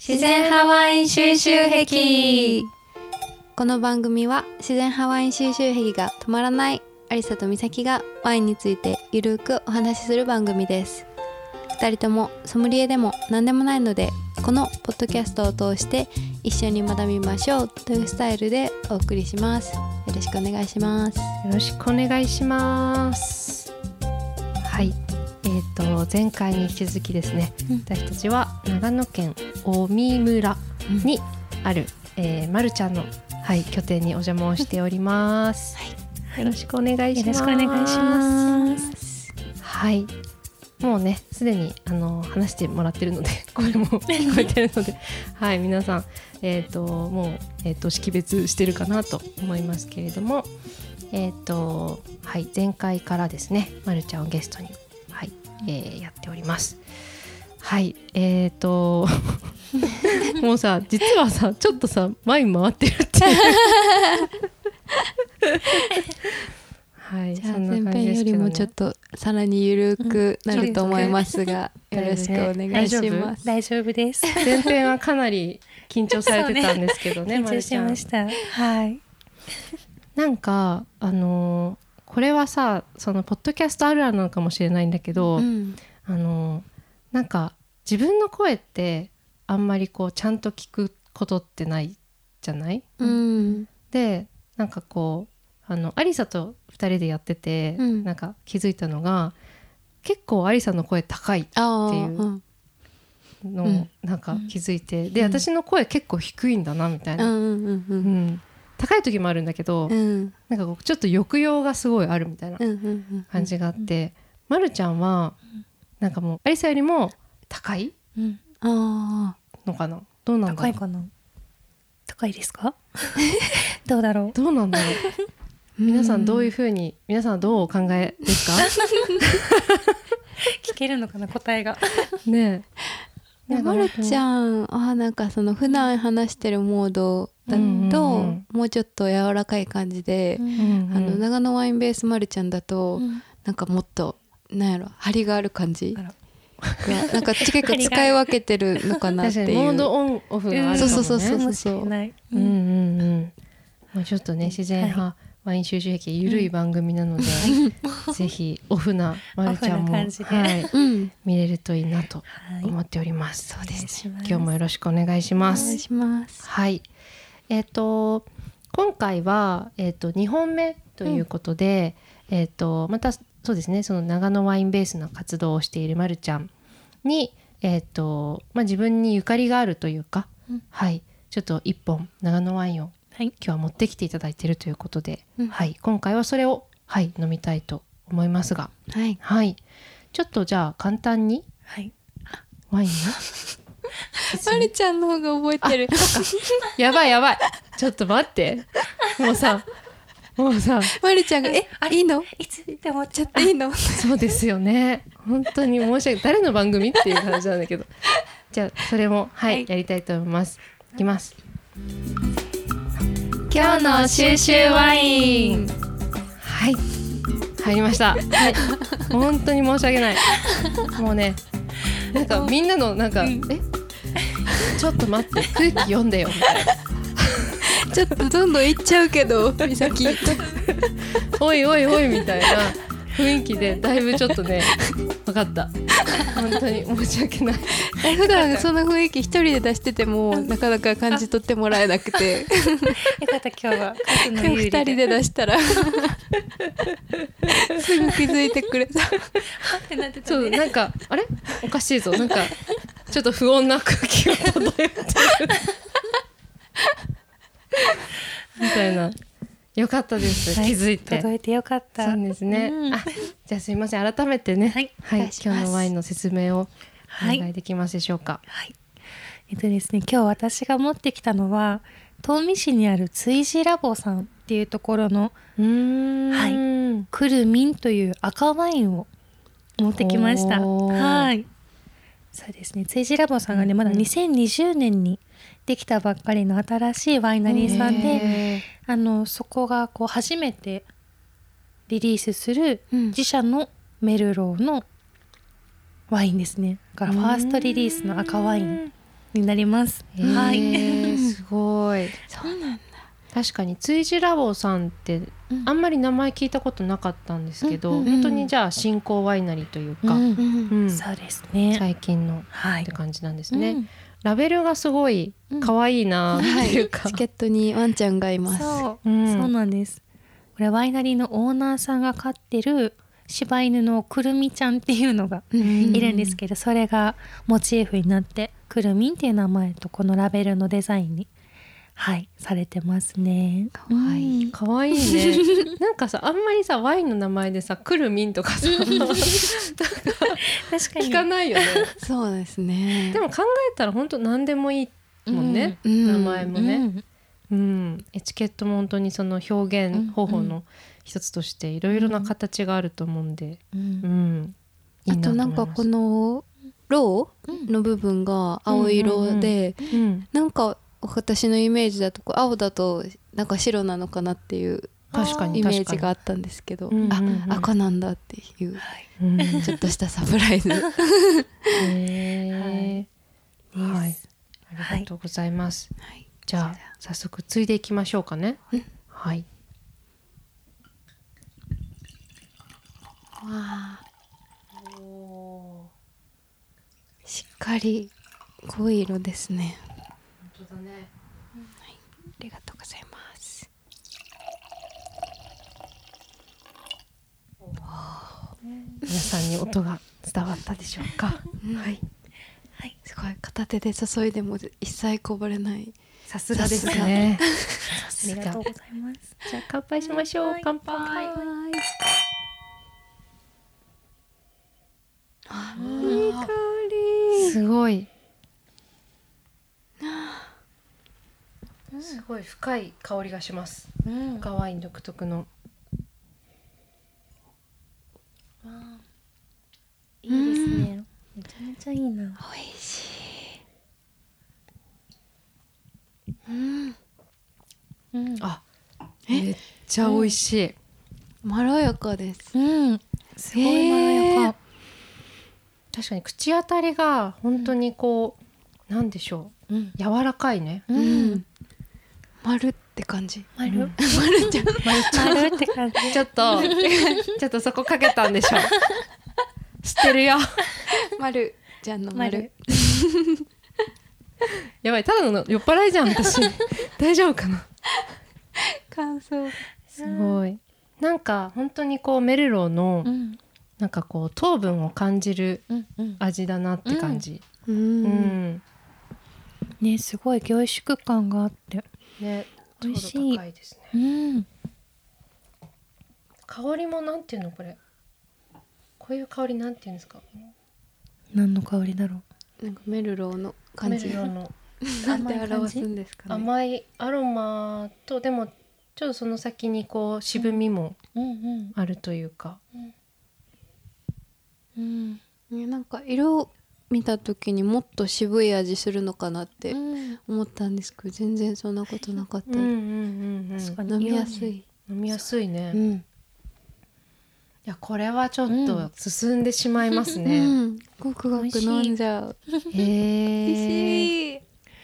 自然派ワイン収集癖。この番組は自然派ワイン収集癖が止まらないアリサとミサキがワインについてゆるくお話しする番組です。2人ともソムリエでも何でもないので、このポッドキャストを通して一緒に学びましょうというスタイルでお送りします。よろしくお願いします。 よろしくお願いします。はい、前回に引き続きですね、私たちは長野県麻績村にある、まるちゃんの、拠点にお邪魔をしております。よろしくお願いします。 よろしくお願いします。 はい、もうねすでに話してもらってるので声も聞こえてるのではい、皆さん、もう、識別してるかなと思いますけれども、はい、前回からですね、まるちゃんをゲストに、やっております。はい、もうさ、実はさ、ちょっとさ、前に回ってるってはい、 じゃあ前編よりもちょっとさらにゆるくなると思いますが、よろしくお願いします。 大丈夫です。 前編はかなり緊張されてたんですけどね、 緊張しました。はい。 なんかこれはさ、そのポッドキャストあるあるなのかもしれないんだけど、なんか自分の声ってあんまりこうちゃんと聞くことってないじゃない？で、なんかこうアリサと2人でやってて、なんか気づいたのが、結構アリサの声高いっていうのをなんか気づいて、で、私の声結構低いんだなみたいな、高い時もあるんだけど、なんかこうちょっと抑揚がすごいあるみたいな感じがあって、まるちゃんはなんかもうアリサよりも高いのかな、どうなんだろう。 高いかな、高いですかどうだろう、 どうなんだろう皆さんどういう風に、皆さんはどうお考えですか聞けるのかな、答えがねえ、 まるちゃんはなんかその普段話してるモードだともうちょっと柔らかい感じで、長野ワインベースまるちゃんだとなんかもっとなんやろ、張りがある感じがなんか結構使い分けてるのかなっていう。 確かにモードオンオフがあるかもね。 そうもうちょっとね、自然派ワイン収集癖ゆるい番組なので、ぜひオフなまるちゃんも、見れるといいなと思っております。そうですね。今日もよろしくお願いします。 お願いします。 はい。今回は2本目ということで、またそうですね、その長野ワインベースの活動をしているまるちゃんに自分にゆかりがあるというか、ちょっと一本長野ワインを今日は持ってきていただいているということで、今回はそれを、飲みたいと思いますが、ちょっとじゃあ簡単に、ワインのまるちゃんの方が覚えてる。 やばいちょっと待って、もうさまるちゃんがいいの、 いつって思っちゃっていいのそうですよね、本当に申し訳ない、誰の番組っていう感じなんだけどじゃあそれもやりたいと思います。いきます。 今日の収集ワイン。 入りました。本当に申し訳ない。もうね、なんかみんなのなんか、ちょっと待って、空気読んでよみたいな。 ちょっとどんどんいっちゃうけど、みさきおいみたいな雰囲気で、だいぶちょっとね、分かった。本当に申し訳ない。 普段その雰囲気一人で出しててもなかなか感じ取ってもらえなくて、 よかった、今日は二人で出したらすぐ気づいてくれた。 そう、なんかあれおかしいぞ、なんかちょっと不穏な空気が漂ってるみたいな。よかったです、気づいて届いてよかった。 そうですね、じゃあすいません、改めてね、今日のワインの説明をお願いできますでしょうか。 ですね、今日私が持ってきたのは東御市にある追事ラボさんっていうところのクルミンという赤ワインを持ってきました。そうですね、追事ラボさんがね、まだ2020年にできたばっかりの新しいワイナリーさんで、そこがこう初めてリリースする自社のメルローのワインですね。だからファーストリリースの赤ワインになります。 はい、すごい。 そうなんだ。 確かに追事ラボさんってあんまり名前聞いたことなかったんですけど、本当にじゃあ新興ワイナリーというか、 そうですね、 最近のって感じなんですね。ラベルがすごい可愛いなっていうか、 チケットにワンちゃんがいます。 そうなんです。これワイナリーのオーナーさんが飼ってる柴犬のくるみちゃんっていうのがいるんですけど、それがモチーフになってくるみんっていう名前とこのラベルのデザインにされてますね。 かわいい、 かわいいね。なんかさ、あんまりさワインの名前でさくるみんとかさ確かに聞かないよね。 そうですね。 でも考えたら本当何でもいいもんね、名前もね、エチケットも本当にその表現方法の一つとしていろいろな形があると思うんで、 あとなんかこのローの部分が青色で、なんか私のイメージだと青だとなんか白なのかなっていうイメージがあったんですけど、赤なんだっていう、ちょっとしたサプライズ。 はい、ありがとうございます。じゃあ早速ついでいきましょうかね。はい。 わあ、しっかり濃い色ですね。 本当だね。 ありがとうございます。 皆さんに音が伝わったでしょうか。はい。 すごい片手で注いでも一切こぼれない。 さすがですね。 ありがとうございます。 じゃあ乾杯しましょう。乾杯。いい香り。すごい。すごい深い香りがします。赤ワイン独特の。 いいですね。めちゃめちゃいいな。 美味しい。 あ、めっちゃ美味しい。 まろやかです。 すごいまろやか。 確かに口当たりが本当にこう、なんでしょう、柔らかいね。 丸って感じ。 丸って感じ。 ちょっとそこかけたんでしょ。知ってるよ。 丸ちゃんの丸。 やばい、ただの酔っ払いじゃん私。大丈夫かな。 感想すごい。なんか本当にこうメルローの、なんかこう糖分を感じる味だなって感じ。 ね、すごい凝縮感があってね、 美味しい。 高いですね。香りもなんていうのこれ。こういう香りなんていうんですか。 何の香りだろう。なんかメルローの感じ。 メルローのなんて表すんですかね。 甘いアロマとでもちょっとその先にこう渋みもあるというか。 なんか色見た時にもっと渋い味するのかなって思ったんですけど、全然そんなことなかった。飲みやすい。 飲みやすいね。いやこれはちょっと進んでしまいますね。 ごくごく飲んじゃう。 美味しい。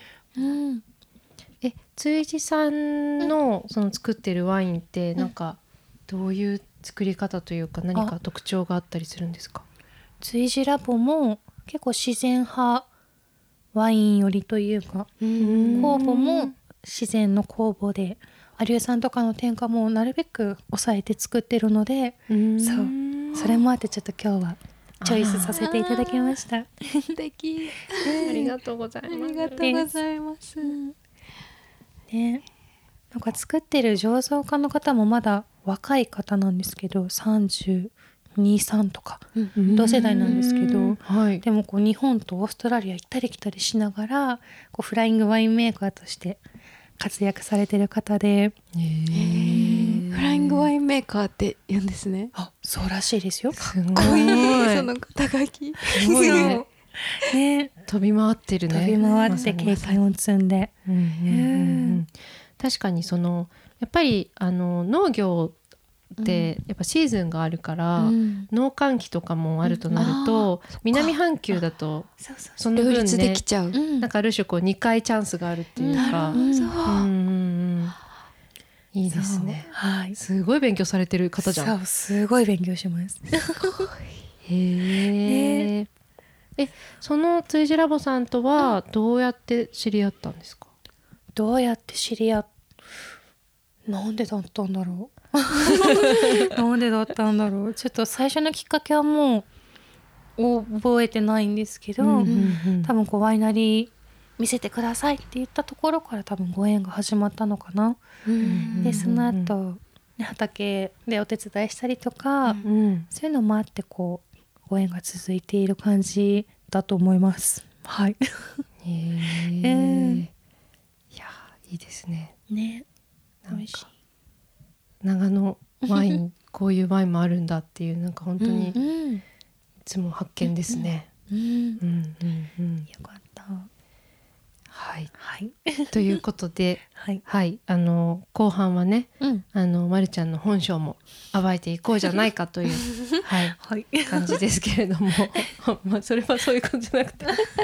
追事さんのその作ってるワインってなんかどういう作り方というか何か特徴があったりするんですか？ 追事ラボも結構自然派ワインよりというか、酵母も自然の酵母でアリュー酸とかの添加もなるべく抑えて作ってるので、それもあってちょっと今日はチョイスさせていただきました。 素敵。 ありがとうございます。 ありがとうございます。 ね、なんか作ってる醸造家の方もまだ若い方なんですけど、32、3とか同世代なんですけど、でもこう日本とオーストラリア行ったり来たりしながらこうフライングワインメーカーとして活躍されてる方で、 フライングワインメーカーって言うんですね。 そうらしいですよ。 すごい。 その肩書きすごいね。飛び回ってるね。 飛び回って経験を積んで。 確かにそのやっぱり農業ってやっぱシーズンがあるから、農閑期とかもあるとなると、南半球だとその分ね、 できちゃう、 なんかある種こう2回チャンスがあるっていうか、いいですね、はい、すごい勉強されてる方じゃん。 そう、すごい勉強します。 へえ。そのツイジラボさんとはどうやって知り合ったんですか？ どうやって知り合っなんでだったんだろうなんでだったんだろう。ちょっと最初のきっかけはもう覚えてないんですけど、多分こうワイナリー見せてくださいって言ったところから多分ご縁が始まったのかな。でその後、ね、畑でお手伝いしたりとか、そういうのもあってこうご縁が続いている感じだと思います。はい。 いやいいですね。 ね。 なんか長野ワインこういうワインもあるんだっていうなんか本当にいつも発見ですね。よかった。 はい、 はい、 ということで、はい、後半はね、まるちゃんの本性も暴いていこうじゃないかという、感じですけれどもまあそれはそういう感じじゃなくて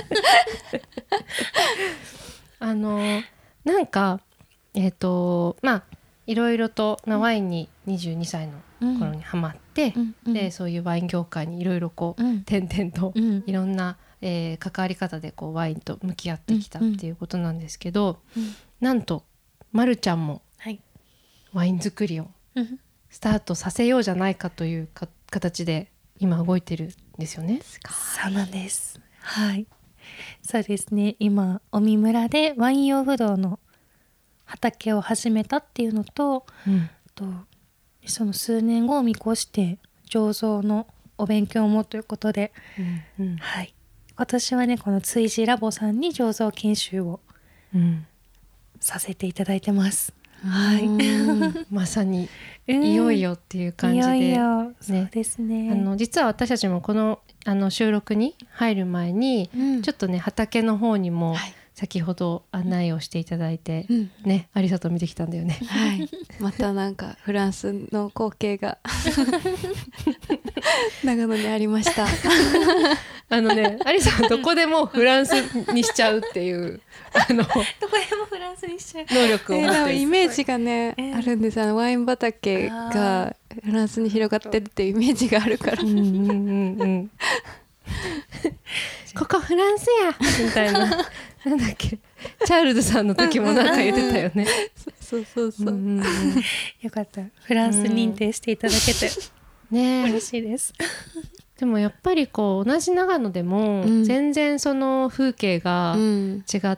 なんかまあいろいろと、ワインに22歳の頃にハマって、でそういうワイン業界にいろいろこう、点々といろんな関わり方でこうワインと向き合ってきたっていうことなんですけど、なんとまるちゃんもワイン作りをスタートさせようじゃないかという形で今動いてるんですよね。 そうなんです。はい、そうですね。今小見村でワイン用ブドウの畑を始めたっていうのと、その数年後を見越して醸造のお勉強もということで、はい、今年はねこのツイジラボさんに醸造研修をさせていただいてます。はい、 まさにいよいよっていう感じで、 いよいよそうですね。 実は私たちもこの収録に入る前に、ちょっとね畑の方にも、先ほど案内をしていただいて、ね、アリサと見てきたんだよね。 はい、またなんかフランスの光景が長野にありましたアリサはどこでもフランスにしちゃうっていうどこでもフランスにしちゃう能力を持ってる、 イメージがね、あるんです。ワイン畑がフランスに広がってるっていうイメージがあるからここフランスやみたいななんだっけチャールズさんの時もなんか言ってたよねそう、 よかった、フランス認定していただけて、嬉しいですでもやっぱりこう同じ長野でも全然その風景が違って、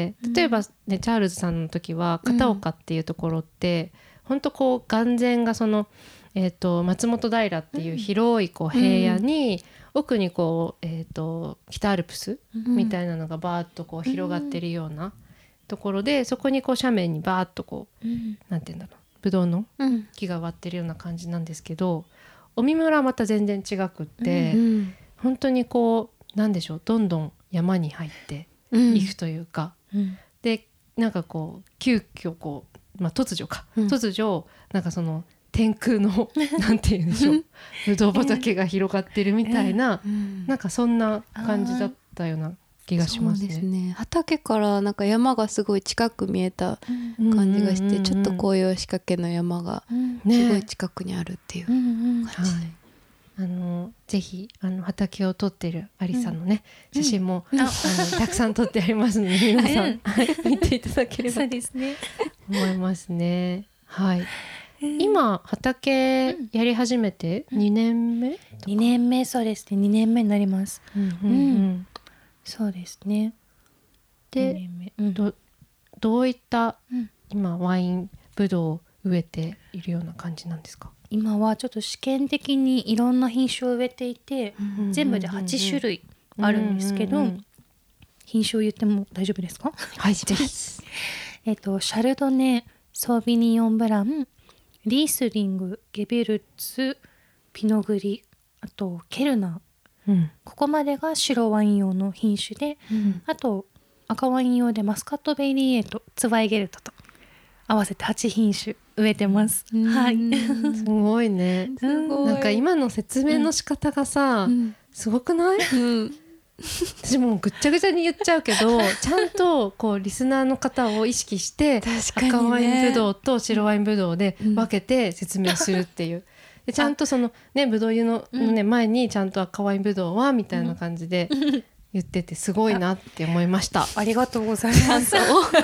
例えばねチャールズさんの時は片岡っていうところって本当こう眼前がその松本平っていう広いこう平野に、奥にこう、北アルプスみたいなのがバーッとこう広がってるようなところで、そこにこう斜面にバーッとこう、なんていうんだろう、ブドウの木が割ってるような感じなんですけど、小見村はまた全然違くって、本当にこうなんでしょう、どんどん山に入っていくというか、でなんかこう急遽こう、突如なんかその天空のなんていうんでしょうぶどう畑が広がってるみたいな、なんかそんな感じだったような気がしますね。 そうですね。畑からなんか山がすごい近く見えた感じがして、ちょっと紅葉仕掛けの山がすごい近くにあるっていう感じ。 ぜひ畑を撮ってるアリさんのね、写真もたくさん撮ってありますので、皆さん見ていただければと思いますね。はい。今畑やり始めて2年目 ？2年目、そうですね、2年目になります。そうですね。 で、どういった今ワインブドウを植えているような感じなんですか？ 今はちょっと試験的にいろんな品種を植えていて、全部で8種類あるんですけど、品種を言っても大丈夫ですか？ はい、ぜひ。 シャルドネ、ソービニヨンブラン、リースリング、ゲビルツ、ピノグリ、あとケルナー、ここまでが白ワイン用の品種で、あと赤ワイン用でマスカットベイリーエとツバイゲルトと合わせて8品種植えてます。はい。 すごいね。なんか今の説明の仕方がさ、すごくない？私もうぐっちゃぐちゃに言っちゃうけどちゃんとこうリスナーの方を意識して赤ワインブドウと白ワインブドウで分けて説明するっていう、でちゃんとそのねブドウ湯のね前にちゃんと赤ワインブドウはみたいな感じで言っててすごいなって思いました。 ありがとうございます。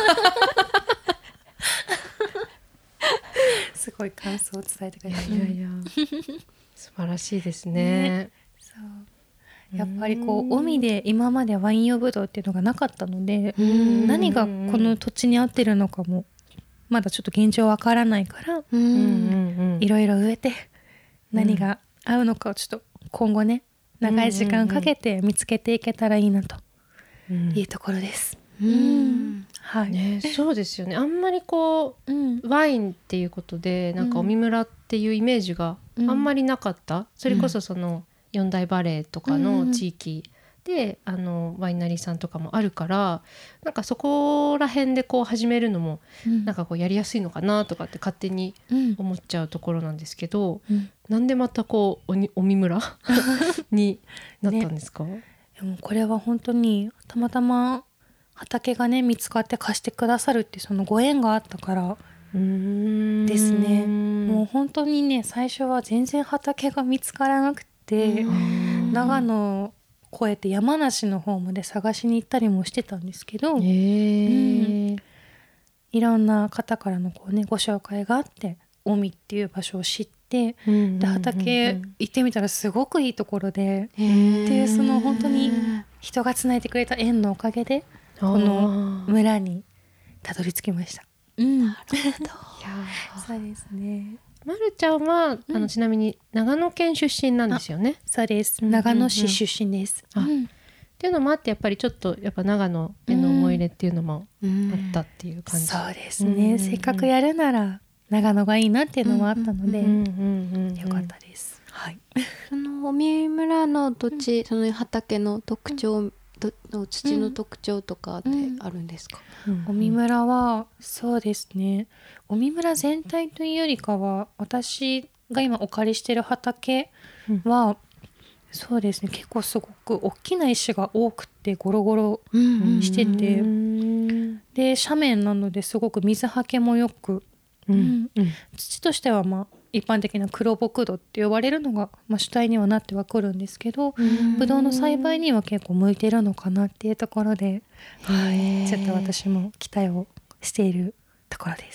すごい感想を伝えてくれた。 いやいや素晴らしいですね。 そうやっぱりこう海で今までワイン用ブドウっていうのがなかったので、何がこの土地に合ってるのかもまだちょっと現状わからないから、いろいろ植えて何が合うのかをちょっと今後ね長い時間かけて見つけていけたらいいなというところです。 はいね、そうですよね。あんまりこう、ワインっていうことでなんかおみむらっていうイメージがあんまりなかった、それこそその四大バレーとかの地域で、ワイナリーさんとかもあるからなんかそこら辺でこう始めるのもなんかこうやりやすいのかなとかって勝手に思っちゃうところなんですけど、なんでまたこうおみむらになったんですか？ ね、でもこれは本当にたまたま畑がね見つかって貸してくださるってそのご縁があったからですね。もう本当にね最初は全然畑が見つからなくて長野を越えて山梨の方まで探しに行ったりもしてたんですけど、いろんな方からのこう、ね、ご紹介があって近江っていう場所を知って、で畑行ってみたらすごくいいところで、っていうその本当に人がつないでくれた縁のおかげでこの村にたどり着きました。なるほど。いやそうですね。 まるちゃんはちなみに長野県出身なんですよね。 そうです。長野市出身です。 っていうのもあってやっぱりちょっとやっぱ長野への思い入れっていうのもあったっていう感じ。 そうですね。せっかくやるなら長野がいいなっていうのもあったのでよかったです。はい。 そのおみむらの土地、その畑の特徴、土の特徴とかってあるんですか？ おみむらはそうですね。おみむら全体というよりかは私が今お借りしてる畑は、そうですね結構すごく大きな石が多くてゴロゴロしてて、で斜面なのですごく水はけもよく、土としてはまあ一般的な黒木土って呼ばれるのが、主体にはなってはくるんですけど、ブドウの栽培には結構向いてるのかなっていうところで、ちょっと私も期待をしているところです。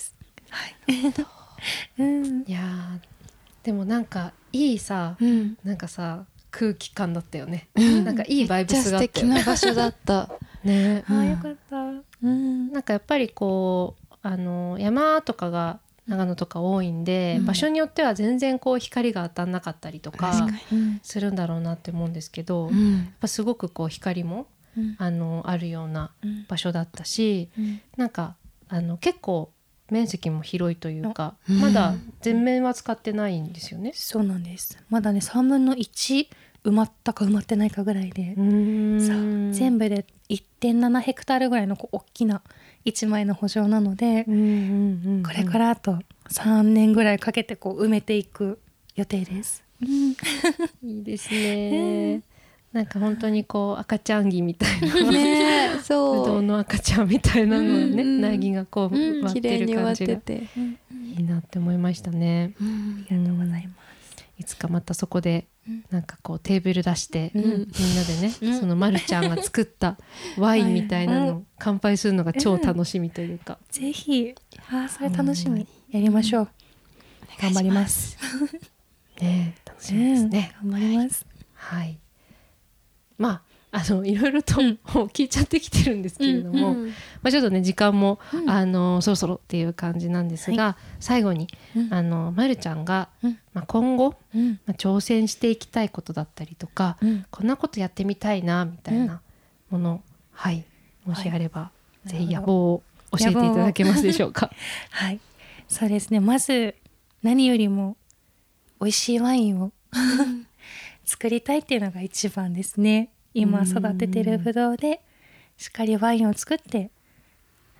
いやでもなんかいいさ、なんかさ空気感だったよね。なんかいいバイブスがあったよね。 めっちゃ素敵な場所だったね。よかった。 なんかやっぱりこう山とかが長野とか多いんで、場所によっては全然こう光が当たんなかったりとかするんだろうなって思うんですけど、やっぱすごくこう光も、あるような場所だったし、なんか結構面積も広いというか、まだ全面は使ってないんですよね。 そうなんです。まだね3分の1埋まったか埋まってないかぐらいで、全部で 1.7 ヘクタールぐらいのこう大きな1枚の圃場なので、これからあと3年ぐらいかけてこう埋めていく予定です。 いいですね。なんか本当にこう赤ちゃん木みたいなね、そうぶどうの赤ちゃんみたいなのね、苗木がこう割ってる感じがいいなって思いましたね。 ありがとうございます。 いつかまたそこでなんかこうテーブル出して、みんなでね、そのまるちゃんが作ったワインみたいなの乾杯するのが超楽しみというか、 ぜひそれ楽しみやりましょう。頑張りますね。楽しみですね。 頑張ります。 はい。まあいろいろと聞いちゃってきてるんですけれども、ちょっとね時間も、そろそろっていう感じなんですが、最後に、まるちゃんが、今後、挑戦していきたいことだったりとか、こんなことやってみたいなみたいなもの、もしあれば、ぜひ野望を教えていただけますでしょうか。 はい、そうですね。まず何よりも美味しいワインを作りたいっていうのが一番ですね。今育ててるブドウでしっかりワインを作って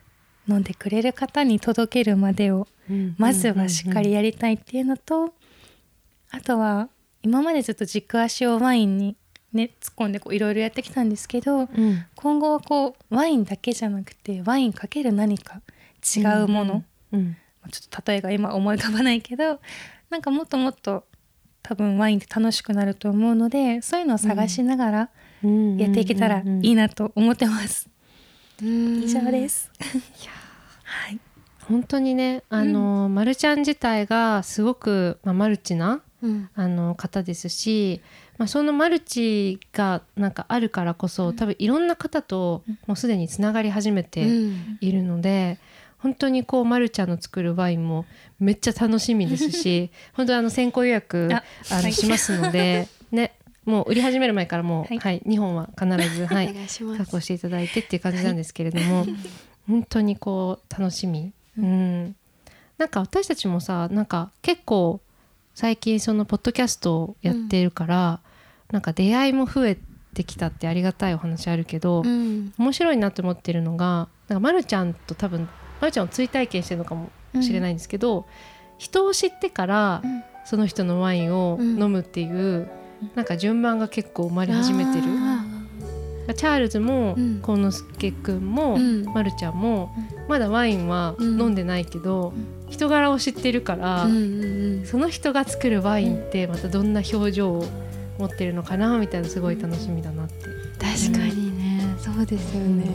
飲んでくれる方に届けるまでをまずはしっかりやりたいっていうのと、あとは今までずっと軸足をワインにね突っ込んでいろいろやってきたんですけど、今後はワインだけじゃなくてワインかける何か違うもの、ちょっと例えが今思い浮かばないけど、なんかもっともっと多分ワインって楽しくなると思うので、そういうのを探しながらやっていけたらいいなと思ってます。以上です。 はい、本当にね、まるちゃん自体がすごく、マルチな、方ですし、そのマルチがなんかあるからこそ、多分いろんな方ともうすでにつながり始めているので、本当にまるちゃんの作るワインもめっちゃ楽しみですし本当に先行予約しますので、ね、もう売り始める前からもう、2本は必ず、確保していただいてっていう感じなんですけれども、本当に楽しみ、なんか私たちもさ、なんか結構最近そのポッドキャストをやってるから、なんか出会いも増えてきたってありがたいお話あるけど、面白いなと思ってるのが、なんかまるちゃんと多分まるちゃんを追体験してるのかもしれないんですけど、人を知ってからその人のワインを飲むっていう、なんか順番が結構生まれ始めてる。チャールズも幸之助くんもまるちゃんもまだワインは飲んでないけど、人柄を知ってるから、その人が作るワインってまたどんな表情を持ってるのかなみたいな、すごい楽しみだなって。 確かにね、そうですよね、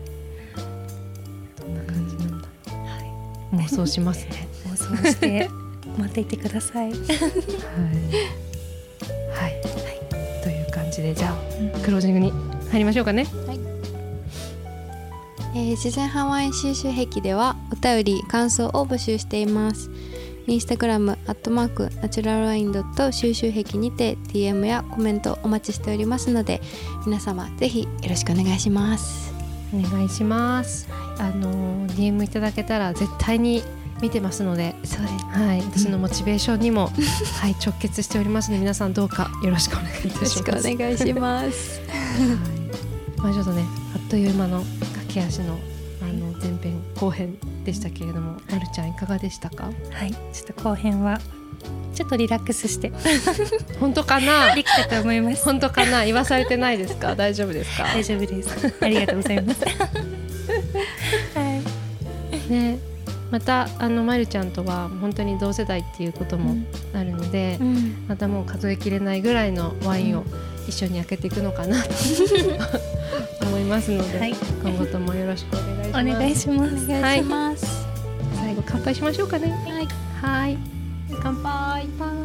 どんな感じなんだ、妄想しますね。 妄想して待っていてください。はい、 という感じで、じゃあ、クロージングに入りましょうかね。 自然ハワイ収集癖ではお便り感想を募集しています。インスタグラムナチュラルワイン収集癖にて DM やコメントお待ちしておりますので、皆様ぜひよろしくお願いします。 お願いします。DM いただけたら絶対に見てますので、 そうです、 私のモチベーションにも、直結しておりますので、皆さんどうかよろしくお願いいたします。 よろしくお願いします。 ちょっとね、あっという間の駆け足の前編後編でしたけれども、まるちゃんいかがでしたか？ ちょっと後編はちょっとリラックスして本当かな？ できたと思います。 本当かな？言わされてないですか？大丈夫ですか？ 大丈夫です。ありがとうございます。 ね、またまるちゃんとは本当に同世代っていうこともあるので、またもう数えきれないぐらいのワインを一緒に開けていくのかなと思いますので、今後ともよろしくお願いします。 お願いします。 最後乾杯しましょうかね。 はい、 乾杯。